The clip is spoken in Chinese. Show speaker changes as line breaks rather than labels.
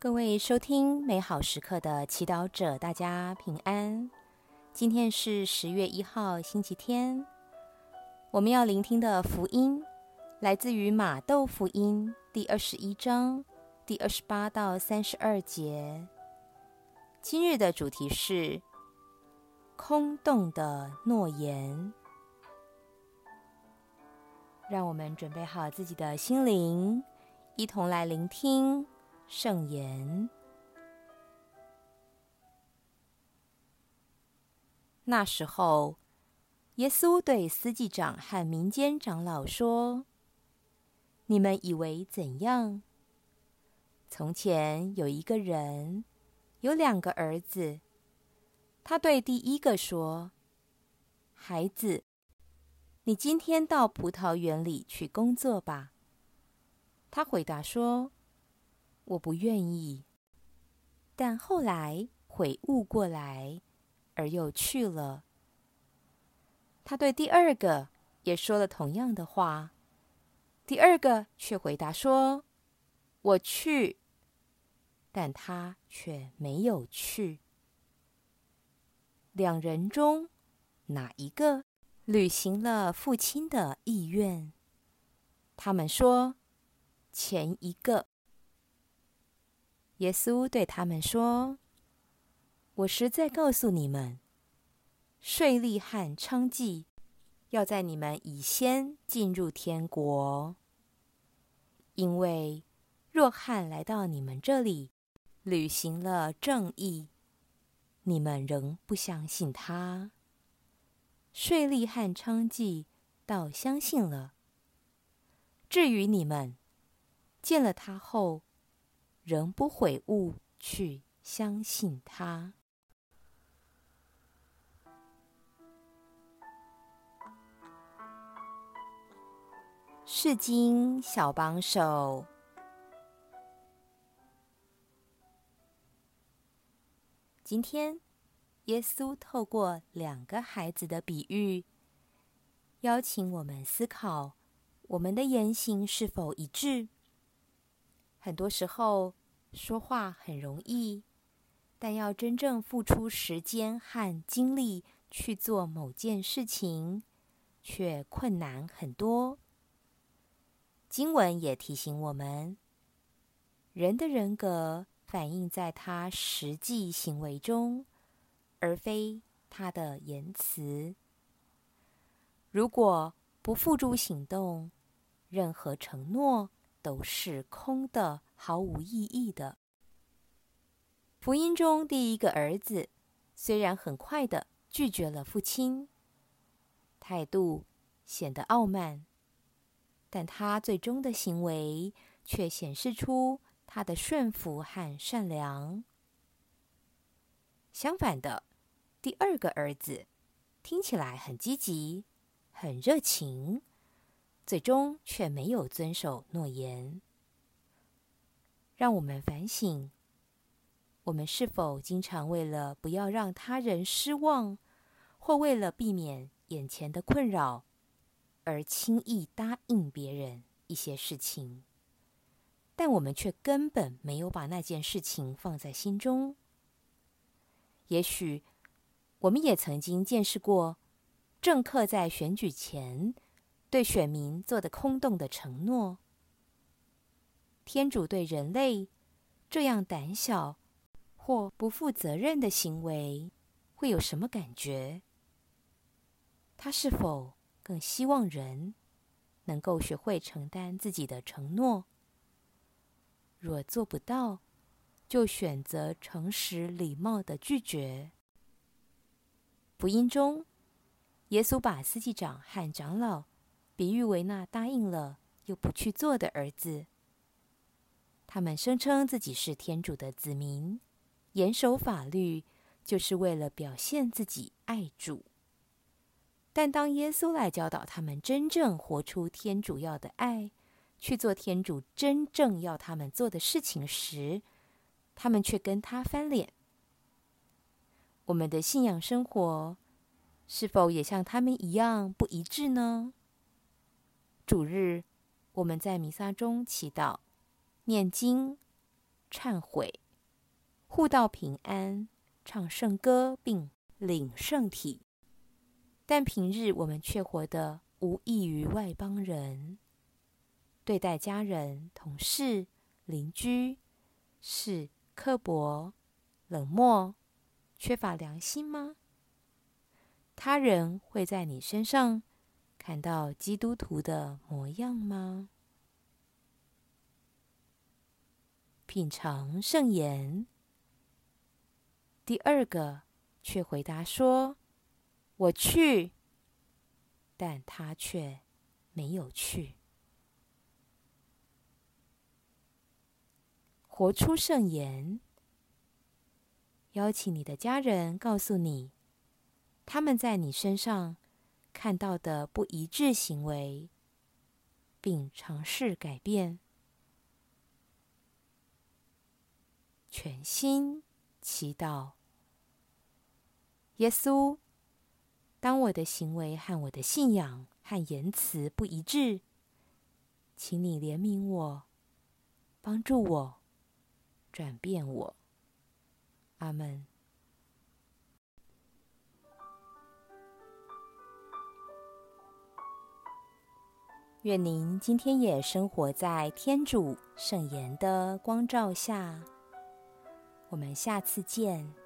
各位收听美好时刻的祈祷者，大家平安。今天是10月1号星期天，我们要聆听的福音来自于马窦福音第21章第28到32节。今日的主题是空洞的诺言。让我们准备好自己的心灵，一同来聆听圣言。那时候，耶稣对司祭长和民间长老说：“你们以为怎样？从前有一个人，有2个儿子。他对第一个说：‘孩子，你今天到葡萄园里去工作吧。’他回答说：‘我不愿意。’但后来悔悟过来，而又去了。他对第2个也说了同样的话，第2个却回答说：‘我去。’但他却没有去。2人中哪一个履行了父亲的意愿？他们说：前一个。耶稣对他们说：我实在告诉你们，税吏和娼妓要在你们以先进入天国。因为若翰来到你们这里，履行了正义，你们仍不相信他；税吏和娼妓倒相信了。至于你们，见了他后，仍不悔悟去相信他。释经小帮手。今天，耶稣透过2个孩子的比喻，邀请我们思考我们的言行是否一致。很多时候，说话很容易，但要真正付出时间和精力去做某件事情，却困难很多。经文也提醒我们，人的人格反映在他实际行为中，而非他的言辞。如果不付诸行动，任何承诺都是空的，毫无意义的。福音中第1个儿子虽然很快地拒绝了父亲，态度显得傲慢，但他最终的行为却显示出他的顺服和善良。相反的，第2个儿子听起来很积极，很热情，最终却没有遵守诺言。让我们反省，我们是否经常为了不要让他人失望，或为了避免眼前的困扰，而轻易答应别人一些事情，但我们却根本没有把那件事情放在心中。也许我们也曾经见识过政客在选举前对选民做的空洞的承诺。天主对人类这样胆小或不负责任的行为会有什么感觉？他是否更希望人能够学会承担自己的承诺？若做不到，就选择诚实礼貌的拒绝。福音中，耶稣把司祭长和长老比喻为那答应了又不去做的儿子。他们声称自己是天主的子民，严守法律，就是为了表现自己爱主。但当耶稣来教导他们真正活出天主要的爱，去做天主真正要他们做的事情时，他们却跟他翻脸。我们的信仰生活是否也像他们一样不一致呢？主日，我们在弥撒中祈祷、念经、 忏悔，互道平安，唱圣歌，并领圣体。但平日我们却活得无异于外邦人，对待家人、同事、邻居是刻薄、冷漠、缺乏良心吗？他人会在你身上看到基督徒的模样吗？品尝圣言。第二个却回答说：“我去。”但他却没有去。活出圣言。邀请你的家人告诉你，他们在你身上看到的不一致行为，并尝试改变。全心祈祷。耶稣，当我的行为和我的信仰和言辞不一致，请你怜悯我，帮助我，转变我。阿们。愿您今天也生活在天主圣言的光照下。我们下次见。